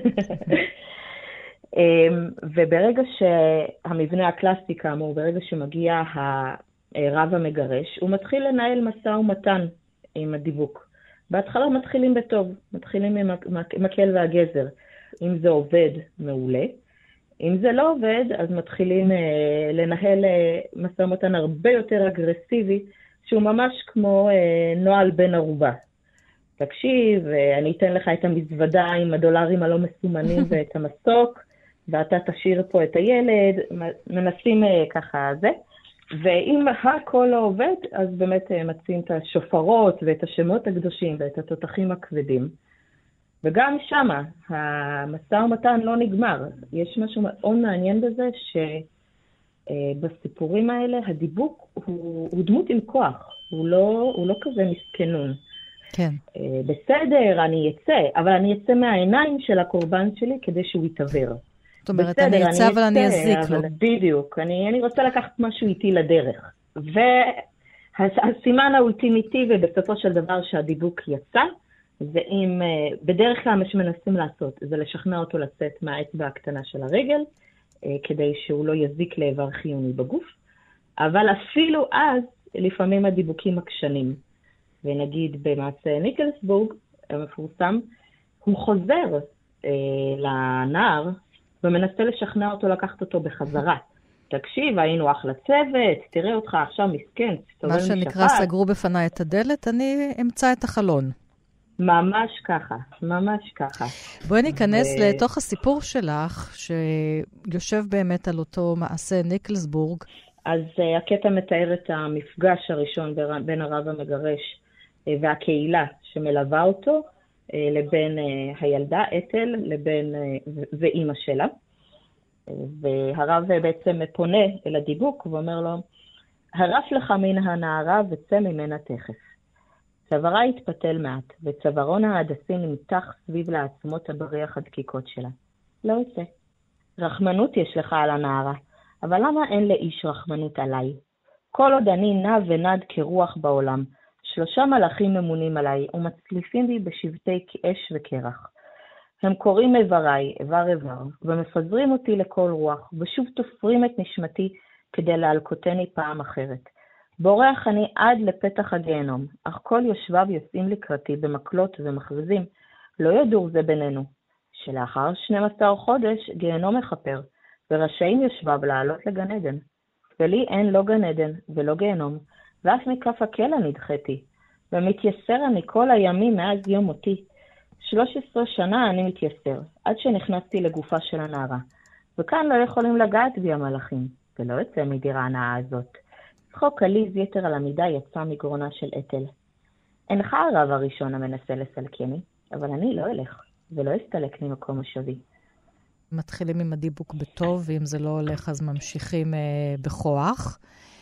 וברגע שהמבנה הקלאסי כאמור, ברגע שמגיע הרב המגרש, הוא מתחיל לנהל משא ומתן עם הדיבוק. בהתחלה מתחילים בטוב, מתחילים עם המקל והגזר. אם זה עובד, מעולה. אם זה לא עובד, אז מתחילים לנהל משא ומתן הרבה יותר אגרסיבי, שהוא ממש כמו נועל בן ערובה. תקשיב, אני אתן לך את המזוודה עם הדולרים הלא מסומנים ואת המסוק, ואתה תשאיר פה את הילד, מנסים ככה זה. ואם הכל לא עובד, אז באמת מציעים את השופרות ואת השמות הקדושים ואת התותחים הכבדים. וגם שמה, המשא ומתן לא נגמר. יש משהו מאוד מעניין בזה, שבסיפורים האלה הדיבוק הוא דמות עם כוח, הוא לא כזה מסכנון. כן. בסדר, אני אצא, אבל אני אצא מהעיניים של הקורבן שלי כדי שהוא יתעבר. זאת אומרת, אני אצא אבל אני אזיק לו. בדיוק, אני רוצה לקחת משהו איתי לדרך. והסימן האולטימיטיבי בסופו של דבר שהדיבוק יצא, ואם בדרך כלל מה שמנסים לעשות, זה לשכנע אותו לצאת מהאצבע הקטנה של הרגל, כדי שהוא לא יזיק לאיבר חיוני בגוף. אבל אפילו אז, לפעמים הדיבוקים עקשנים. ונגיד במעשה ניקלסבורג, המפורסם, הוא חוזר לנער, ומנסה לשכנע אותו לקחת אותו בחזרה. תקשיב, היינו אחלה צוות, תראה אותך עכשיו מסכן, תסתובב מה שנקרא, סגרו בפניי את הדלת, אני אמצא את החלון. ממש ככה, ממש ככה. בואי ניכנס לתוך הסיפור שלך, שיושב באמת על אותו מעשה ניקלסבורג. אז הקטע מתאר את המפגש הראשון בין הרב המגרש והקהילה שמלווה אותו, לבין הילדה, אתל, ואימא שלה. והרב בעצם פונה אל הדיבוק ואומר לו, הרף לך מן הנערה וצא ממנה תכף. צווארה התפתל מעט, וצווארון ההדסי נמתח סביב לעצמות הבריח הדקיקות שלה. לא יוצא. רחמנות יש לך על הנערה, אבל למה אין לאיש רחמנות עליי? כל עוד אני נע ונד כרוח בעולם, 3 מלאכים ממונים עליי, ומצליפים בי בשבטי אש וקרח. הם קוראים איבריי, איבר, ומפזרים אותי לכל רוח, ושוב תופרים את נשמתי כדי להלקוטני פעם אחרת. בורח אני עד לפתח הגיהנום, אך כל יושביו יוצאים לקראתי במקלות ומכרזים, לא ידור זה בינינו, שלאחר 12 חודש גיהנום מחפר, ורשאים יושביו לעלות לגן עדן. ולי אין לא גן עדן ולא גיהנום, ואף מכף הקלע נדחתי, ומתייסר אני כל הימים מאז יום מותי. 13 שנה אני מתייסר, עד שנכנסתי לגופה של הנערה, וכאן לא יכולים לגעת בי המלאכים, ולא יצא מדירה הנאה הזאת. צחוק עליז יתר על המידה יצא מגרונה של אתל. אינך הרב הראשון המנסה לסלקני, אבל אני לא אלך, ולא אסתלק ממקום מושבי. מתחילים עם הדיבוק בטוב, ואם זה לא הולך אז ממשיכים בכוח.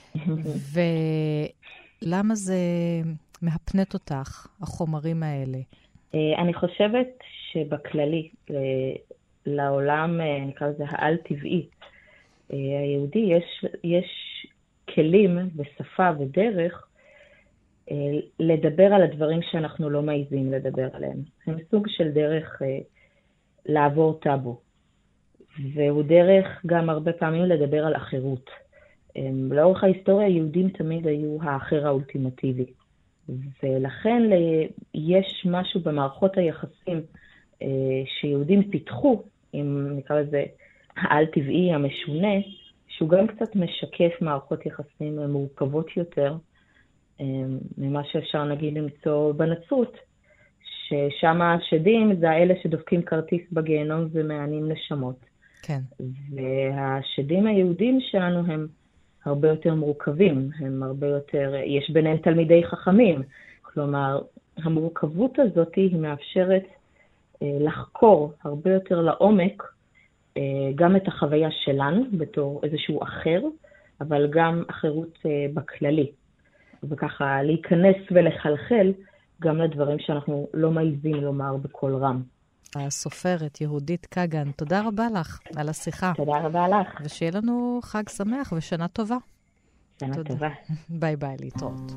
ולמה זה מהפנט אותך, החומרים האלה? אני חושבת שבכללי, לעולם, נקרא לזה העל-טבעי, היהודי יש כלים ושפה ודרך לדבר על הדברים שאנחנו לא מעיזים לדבר עליהם. הם סוג של דרך לעבור טאבו. והוא דרך גם הרבה פעמים לדבר על אחרות. לאורך ההיסטוריה היהודים תמיד היו האחר האולטימטיבי. ולכן יש משהו במערכות היחסים שיהודים פיתחו, אם נקרא לזה העל-טבעי המשונה, שהוא גם קצת משקף מערכות יחסים מורכבות יותר, ממה שאפשר נגיד למצוא בנצרות, ששם השדים זה האלה שדופקים כרטיס בגיהנום ומענים נשמות. כן. והשדים היהודים שלנו הם הרבה יותר מורכבים, הם הרבה יותר, יש ביניהם תלמידי חכמים, כלומר, המורכבות הזאת היא מאפשרת לחקור הרבה יותר לעומק, גם את החוויה שלנו בתור איזשהו אחר, אבל גם אחרות בכללי. וככה להיכנס ולחלחל גם לדברים שאנחנו לא מעיזים לומר בקול רם. הסופרת יהודית קגן, תודה רבה לך על השיחה. תודה רבה לך. ושיהיה לנו חג שמח ושנה טובה. שנה טובה. ביי ביי, להתראות.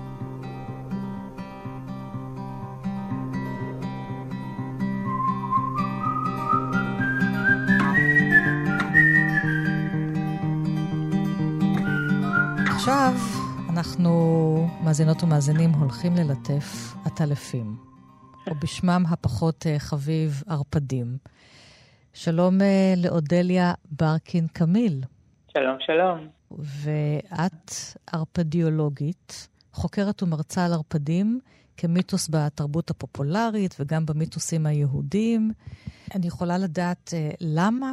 עכשיו אנחנו, מאזינות ומאזינים, הולכים ללטף עטלפים, או בשמם הפחות חביב ערפדים. שלום לאודליה ברקין קמיל. שלום, שלום. ואת ערפדיולוגית, חוקרת ומרצה על ערפדים כמיתוס בתרבות הפופולרית וגם במיתוסים היהודיים. אני יכולה לדעת למה?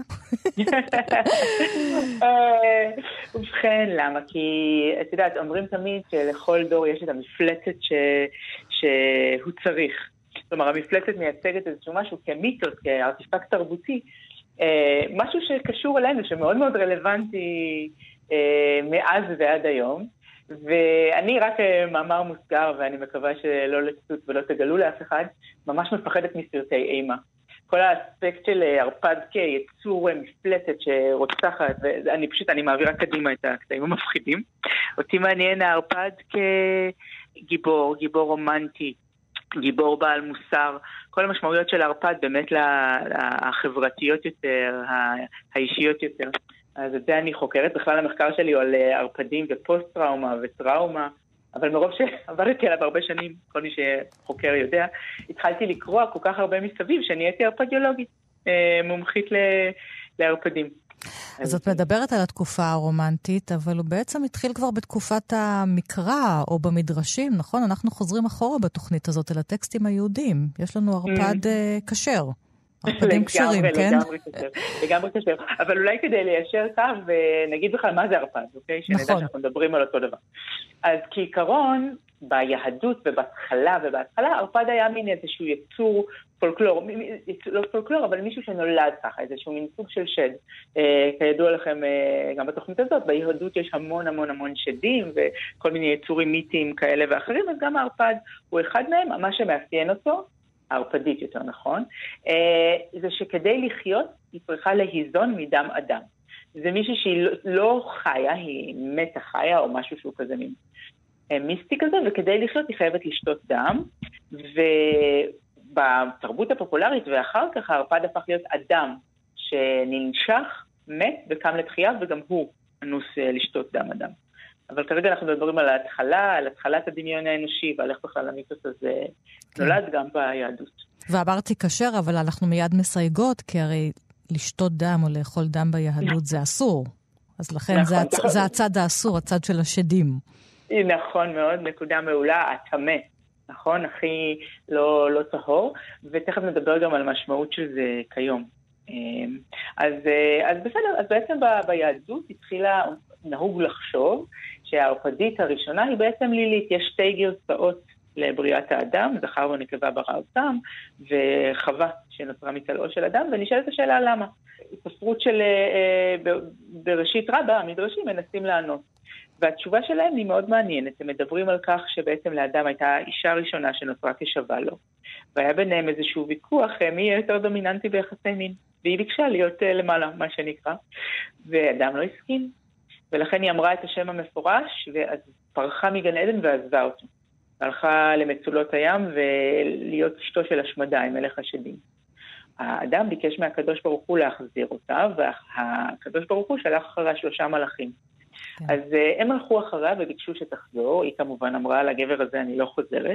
ובכן, למה? כי, את יודעת, אומרים תמיד שלכל דור יש את המפלצת שהוא צריך. כלומר, המפלצת מייצגת איזשהו משהו כמיתוס, כארטיפקט תרבותי, משהו שקשור אלינו, שמאוד מאוד רלוונטי מאז ועד היום. ואני רק מאמר מוסגר, ואני מקווה שלא לצטוט ולא תגלו לאף אחד, ממש מפחדת מסרטי אימה. כל האספקט של ערפד כיצור מפלצת שרוצחת, ואני מעבירה קדימה את הקטעים המפחידים. אותי מעניין הערפד כגיבור, גיבור רומנטי, גיבור בעל מוסר, כל המשמעויות של הערפד באמת החברתיות יותר, האישיות יותר. אז את זה אני חוקרת. בכלל המחקר שלי הוא על ערפדים ופוסט-טראומה וטראומה, אבל מרוב שעברתי עליו הרבה שנים, כל מי שחוקר יודע, התחלתי לקרוא כל כך הרבה מסביב, שאני הייתי ערפדיולוגית, מומחית לערפדים. אז את מדברת על התקופה הרומנטית, אבל הוא בעצם התחיל כבר בתקופת המקרא או במדרשים, נכון? אנחנו חוזרים אחורה בתוכנית הזאת אל הטקסטים היהודים. יש לנו ערפד כשר. ערפדים קשרים, כן? לגמרי קשר. אבל אולי כדי ליישר קו ונגיד בכלל מה זה ערפד, אוקיי? שנדע שאנחנו מדברים על אותו דבר. אז כעיקרון, ביהדות ובהתחלה, ערפד היה מין איזשהו יצור פולקלור, לא פולקלור, אבל מישהו שנולד ככה, איזשהו מין סוג של שד. כידוע לכם, גם בתוכנית הזאת, ביהדות יש המון המון המון שדים, וכל מיני יצורים מיתיים כאלה ואחרים, אז גם הערפד הוא אחד מהם. מה שמאפיין אותו, הערפדית יותר נכון, זה שכדי לחיות היא צריכה להיזון מדם אדם. זה מישהו שהיא לא חיה, היא מתה חיה או משהו שהוא כזה מיסטי כזה, וכדי לחיות היא חייבת לשתות דם, ובתרבות הפופולרית ואחר כך הערפד הפך להיות אדם שננשך, מת וקם לתחייה, וגם הוא אנוס לשתות דם אדם. אבל כרגע אנחנו מדברים על ההתחלה, על התחלת הדמיון האנושי, ועל איך בכלל המיתוס הזה נולד גם ביהדות. ואמרתי כשר, אבל אנחנו מיד מסייגות, כי הרי לשתות דם או לאכול דם ביהדות זה אסור. אז לכן זה הצד האסור, הצד של השדים. נכון מאוד, נקודה מעולה, התמה, נכון? הכי לא טהור, ותכף נדבר גם על משמעות של זה כיום. אז בסדר, אז בעצם ביהדות התחילה, נהוג לחשוב שהערפדית הראשונה היא בעצם לילית, יש שתי גרסאות לבריאת האדם, זכר ונקבה ברא אותם, וחווה שנוצרה מצלעו של אדם, ונשאלת השאלה למה. ספרות של בראשית רבה, המדרשים מנסים לענות. והתשובה שלהם היא מאוד מעניינת, הם מדברים על כך שבעצם לאדם הייתה אישה ראשונה שנוצרה כשווה לו, והיה ביניהם איזשהו ויכוח מי יהיה יותר דומיננטי ביחסי מין, והיא ביקשה להיות למעלה, מה שנקרא, ואדם לא הסכים, ולכן היא אמרה את השם המפורש, ואז פרחה מגן עדן ועזבה אותו. הלכה למצולות הים ולהיות אשתו של השמדה, עם מלך השדים. האדם ביקש מהקדוש ברוך הוא להחזיר אותה, והקדוש ברוך הוא שלח אחריה 3 מלאכים. כן. אז הם הלכו אחריה וביקשו שתחזור, היא כמובן אמרה לגבר הזה אני לא חוזרת,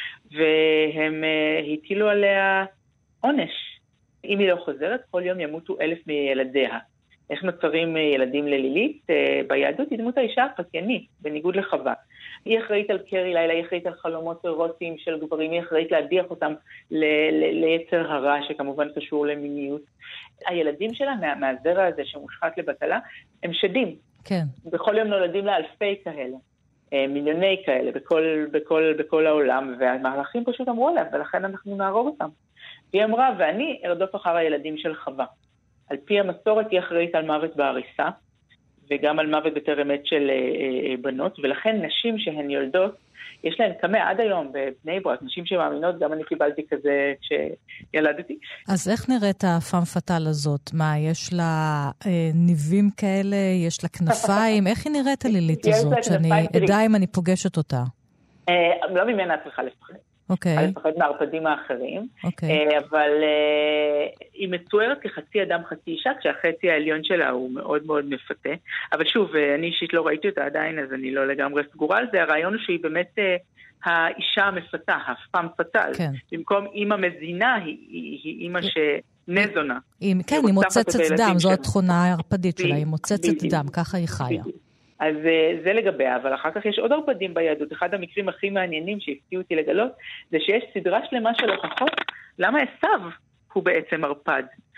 והם הטילו עליה עונש. אם היא לא חוזרת, כל יום ימותו 1,000 מילדיה. איך נוצרים ילדים ללילית? ביהדות היא דמות האישה הפתיינית, בניגוד לחווה. היא אחראית על קרי לילה, היא אחראית על חלומות אירוטיים של גברים, היא אחראית להדיח אותם ליצר הרע, שכמובן קשור למיניות. הילדים שלה, מהזרע הזה שמושחת לבטלה, הם שדים. כן. בכל יום נולדים לה 1,000 כאלה, מיליוני כאלה, בכל העולם, והמהלכים פשוט אמרו עליהם, ולכן אנחנו נהרוג אותם. היא אמרה, ואני ארדוף אחר הילדים של חווה. על פי המסורת היא אחראית על מוות בעריסה, וגם על מוות בטרם עת של בנות, ולכן נשים שהן יולדות, יש להן קמה עד היום בבני ברק, נשים שמאמינות, גם אני קיבלתי כזה כשילדתי. אז איך נראית הפאם פטל הזאת? מה, יש לה ניבים כאלה? יש לה כנפיים? איך היא נראית הלילית הזאת? שאני אדע אם אני פוגשת אותה. לא ממנה צריכה לפחד. אוקיי. לפחד מהרפדים האחרים. אוקיי. אבל היא מצוארת כחצי אדם חצי אישה, כשהחצי העליון שלה הוא מאוד מאוד מפתה. אבל שוב, אני אישית לא ראיתי אותה עדיין, אז אני לא לגמרי סגורה על זה. הרעיון הוא שהיא באמת האישה המפתה, הפאם פטל. כן. במקום אימא מזינה, היא אימא שנזונה. כן, היא מוצצת דם, זו התכונה הערפדית שלה, היא מוצצת דם, ככה היא חיה. אז זה לגביה, אבל אחר כך יש עוד ערפדים ביהדות. אחד המקרים הכי מעניינים שהפתיעו אותי לגלות, זה שיש סדרה שלמה של הוכחות, למה עשיו הוא בעצם ערפד.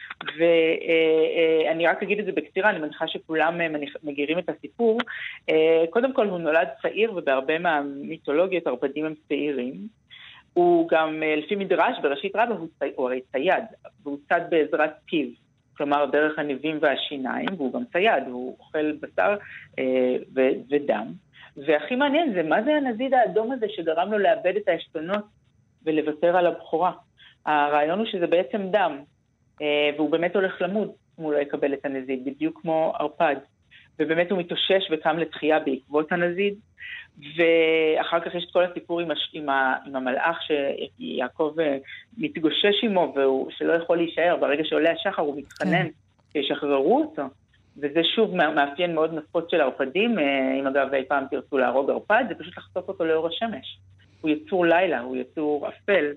ואני רק אגיד את זה בקצירה, אני מניחה שכולם מגירים את הסיפור. קודם כל הוא נולד צעיר, ובהרבה מהמיתולוגיות ערפדים הם צעירים. הוא גם, לפי מדרש, בראשית רבה הוא הרי צייד, והוא צד בעזרת פיו. כלומר, דרך הניבים והשיניים, והוא גם צייד, הוא אוכל בשר ודם. והכי מעניין זה, מה זה הנזיד האדום הזה שגרם לו לאבד את העשתונות ולוותר על הבחורה? הרעיון הוא שזה בעצם דם, והוא באמת הולך למות אם הוא לא יקבל את הנזיד, בדיוק כמו ערפד. ובאמת הוא מתאושש וקם לתחייה בעקבות הנזיד, ואחר כך יש את כל הסיפור עם המלאך שיעקב מתגושש עמו, והוא שלא יכול להישאר, ברגע שעולה השחר הוא מתחנן שישחררו אותו, וזה שוב מאפיין מאוד נפוץ של ערפדים. אם אגב אי פעם תרצו להרוג ערפד, זה פשוט לחשוף אותו לאור השמש. הוא יצור לילה, הוא יצור אפל,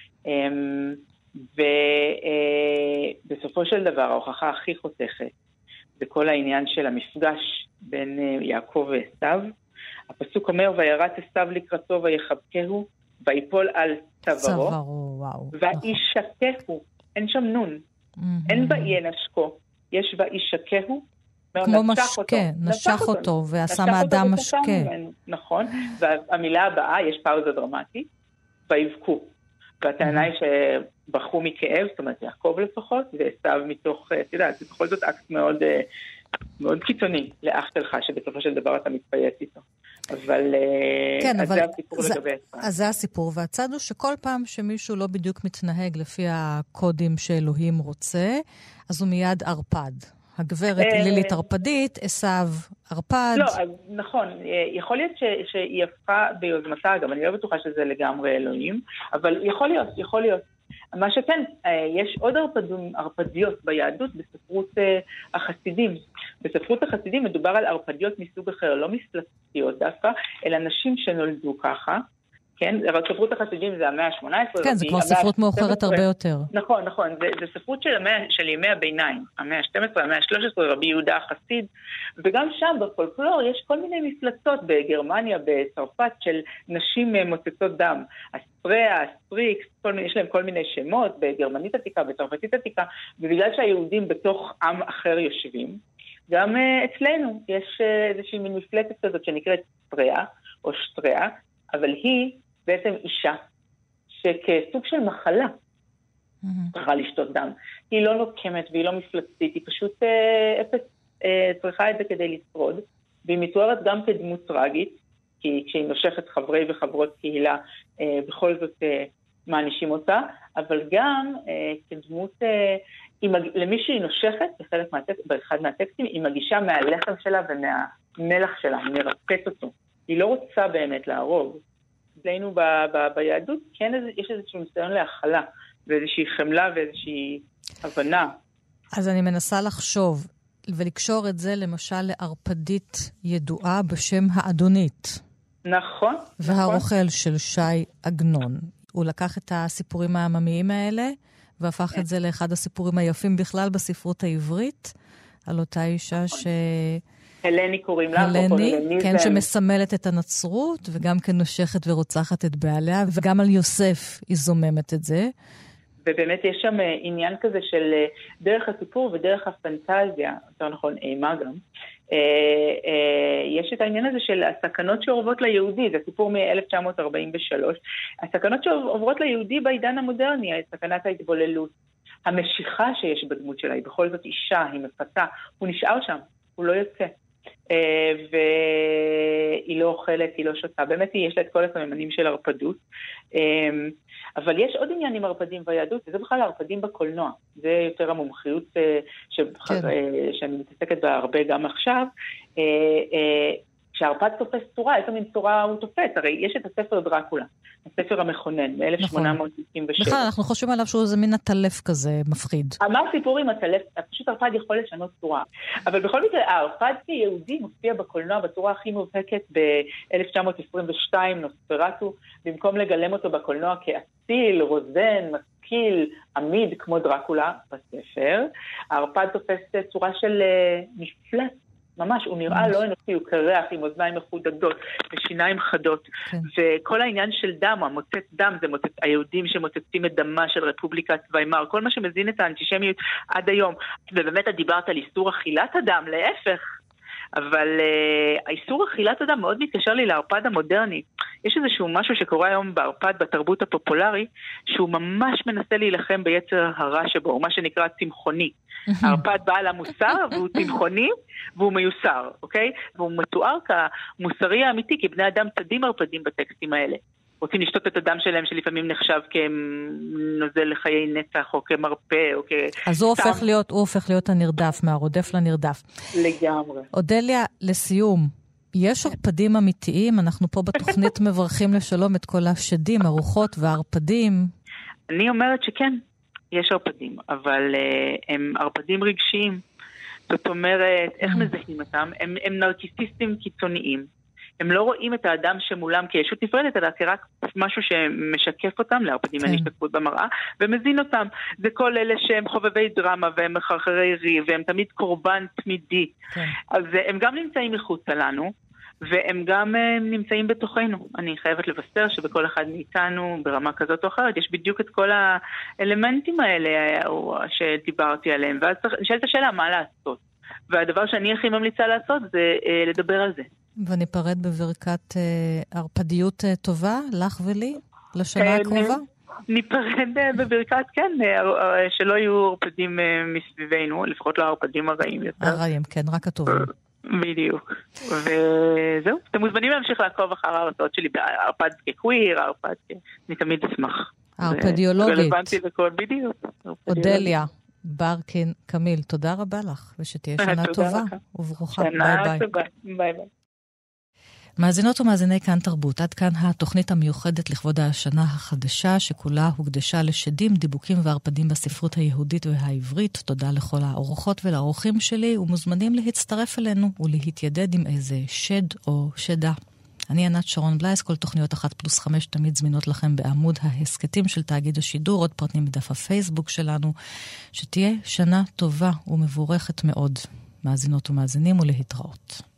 ובסופו של דבר ההוכחה הכי חותכת זה כל העניין של המפגש בין יעקב ועשיו. הפסוק אומר, ויראת עשיו לקראתו ויחבקהו, ויפול על צווארו, וישקהו, אין שם נון, אין בה ינשקו, יש וישקהו, כמו משקה, נשך אותו, ועשה מאדם משקה. נכון, והמילה הבאה, יש פאוזה דרמטית, ויבכו. והטענה היא שבחו מכאב, זאת אומרת, יעקב לפחות, ועשיו מתוך, תדע, זה בכל זאת אקט מאוד, מאוד קיצוני לאח שלך, שבסופו של דבר אתה מתפייס איתו. אבל, כן, אז אבל זה הסיפור לגבי עצמם. אז זה הסיפור, והצד הוא שכל פעם שמישהו לא בדיוק מתנהג לפי הקודים שאלוהים רוצה, אז הוא מיד ערפד. הגברת לילית ערפדית, עשיו ערפד. לא, אז נכון, יכול להיות שהיא הפכה ביוזמתה, גם אני לא בטוחה שזה לגמרי אלוהים, אבל יכול להיות. מה שכן, יש עוד ערפדיות ביהדות בספרות החסידים. בספרות החסידים מדובר על ערפדיות מסוג אחר, לא מפלצתיות דווקא, אלא נשים שנולדו ככה, כן, ספרות החסידים זה המאה ה-18. כן, זה כבר ספרות מאוחרת הרבה יותר. נכון, זה ספרות של ימי הביניים, המאה ה-12, המאה ה-13, רבי יהודה החסיד, וגם שם בפולקלור יש כל מיני מפלצות בגרמניה, בצרפת, של נשים מוצצות דם. הסטריה, הסטריקס, יש להם כל מיני שמות, בגרמנית עתיקה, בצרפתית עתיקה, ובגלל שהיהודים בתוך עם אחר יושבים, גם אצלנו יש איזושהי מין מפלצת כזאת שנקראת סטריה, או שטריה, אבל היא בעצם אישה, שכסוג של מחלה צריכה לשתות דם. היא לא נוקמת והיא לא מפלצתית, היא פשוט צריכה את זה כדי לשרוד, והיא מתוארת גם כדמות טרגית, כי כשהיא נושכת חברי וחברות קהילה, בכל זאת מענישים אותה, אבל גם כדמות, למי שהיא נושכת, באחד מהטקסטים, היא מגישה מהלחם שלה ומהמלח שלה, היא מרפאת אותו. היא לא רוצה באמת להרוג. אצלנו ביהדות, כן יש איזשהו ניסיון להכלה, ואיזושהי חמלה ואיזושהי הבנה. אז אני מנסה לחשוב, ולקשור את זה למשל לערפדית ידועה בשם האדונית. נכון. והרוכל של שי עגנון. הוא לקח את הסיפורים העממיים האלה, והפך את זה לאחד הסיפורים היפים בכלל בספרות העברית, על אותה אישה הלני קוראים לה. הלני, כן, שמסמלת את הנצרות, וגם כן נושכת ורוצחת את בעליה, וגם על יוסף היא זוממת את זה. ובאמת יש שם עניין כזה של דרך הסיפור ודרך הפנטזיה, יותר נכון, אימה גם. יש את העניין הזה של הסכנות שעוברות ליהודי, זה סיפור מ-1943, הסכנות שעוברות ליהודי בעידן המודרני, סכנת ההתבוללות, המשיכה שיש בדמות שלה, היא בכל זאת אישה, היא מפתה, הוא נשאר שם, הוא לא יוצא. והיא לא אוכלת, היא לא שותה, באמת יש לה את כל הסממנים של הרפדות, אבל יש עוד עניין עם הרפדים ביהדות, וזה בכלל הרפדים בקולנוע, זה יותר המומחיות שאני מתעסקת בה הרבה גם עכשיו, כשהרפד תופס צורה, איזה מין צורה הוא תופס, הרי יש את הספר דרקולה, הספר המכונן, מ-1896. בכלל, אנחנו חושבים עליו שהוא איזה מין הטלף כזה מפחיד. אמר סיפור עם הטלף, פשוט הרפד יכול לשנות צורה. אבל בכל מקרה, הרפד כיהודי מופיע בקולנוע בצורה הכי מובהקת ב-1922, נוספרטו, במקום לגלם אותו בקולנוע כאציל, רוזן, משכיל, עמיד, כמו דרקולה בספר. הרפד תופס צורה של מפלט, ממש, הוא נראה לא אנושי, הוא קרח עם אוזניים מחודדות ושיניים חדות, וכל העניין של דם, המוצץ דם, זה היהודים שמוצצים את דמה של רפובליקת ויימאר, כל מה שמזין את האנטישמיות עד היום, ובאמת דיברת על איסור אכילת הדם, להפך, אבל האיסור אכילת הדם מאוד מתקשר לי לערפד המודרני. יש איזשהו משהו שקורה היום בערפד, בתרבות הפופולרי, שהוא ממש מנסה להילחם ביצר הרע שבו, מה שנקרא צמחוני. הערפד בעל המוסר, והוא צמחוני, והוא מיוסר, אוקיי? והוא מתואר כמוסרי האמיתי, כי בני אדם צדים ערפדים בטקסטים האלה. רוצים לשתות את הדם שלהם, שלפעמים נחשב כנוזל לחיי נצח, או כמרפא, או אז הוא הופך להיות הנרדף, מהרודף לנרדף. לגמרי. אודליה, לסיום, יש ערפדים אמיתיים? אנחנו פה בתוכנית מברכים לשלום את כל השדים, הרוחות והערפדים. אני אומרת שכן, יש ערפדים, אבל הם ערפדים רגשיים. זאת אומרת, איך מזהים אותם? הם נרקיסיסטים קיצוניים. הם לא רואים את האדם שמולם כישות נפרדת, אלא כרק משהו שמשקף אותם, לערפדים אין השתקפות במראה, ומזין אותם. זה כל אלה שהם חובבי דרמה, והם מחרחרי ריב, והם תמיד קורבן תמידי. אז הם גם נמצאים מחוץ לנו, והם גם נמצאים בתוכנו. אני חייבת לבשר שבכל אחד מאיתנו, ברמה כזאת או אחרת, יש בדיוק את כל האלמנטים האלה שדיברתי עליהם, ואז נשאלת השאלה מה לעשות. והדבר שאני הכי ממליצה לעשות זה לדבר על זה. וניפרד בברכת ערפדיות טובה, לך ולי, לשנה הקרובה? ניפרד בברכת, כן, שלא יהיו ערפדים מסביבנו, לפחות לא הערפדים הרעים יותר. הרעים, כן, רק הטובים. בדיוק. וזהו, אתם מוזמנים להמשיך לעקוב אחר ההרצאות שלי, ערפד כקוויר, ערפד, אני תמיד אשמח. הערפדיולוגית. רלוונטי לכל, בדיוק. אודליה ברקין קמיל, תודה רבה לך, ושתהיה שנה טובה וברוכה. ביי ביי. ביי ביי. מאזינות ומאזיני כאן תרבות, עד כאן התוכנית המיוחדת לכבוד השנה החדשה, שכולה הוקדשה לשדים, דיבוקים וערפדים בספרות היהודית והעברית. תודה לכל האורחות ולאורחים שלי, ומוזמנים להצטרף אלינו ולהתיידד עם איזה שד או שדה. אני ענת שרון בלייס, כל תוכניות 1+5 תמיד זמינות לכם בעמוד ההסקטים של תאגיד השידור, עוד פרטים בדף הפייסבוק שלנו. שתהיה שנה טובה ומבורכת מאוד, מאזינות ומאזינים, ולהתראות.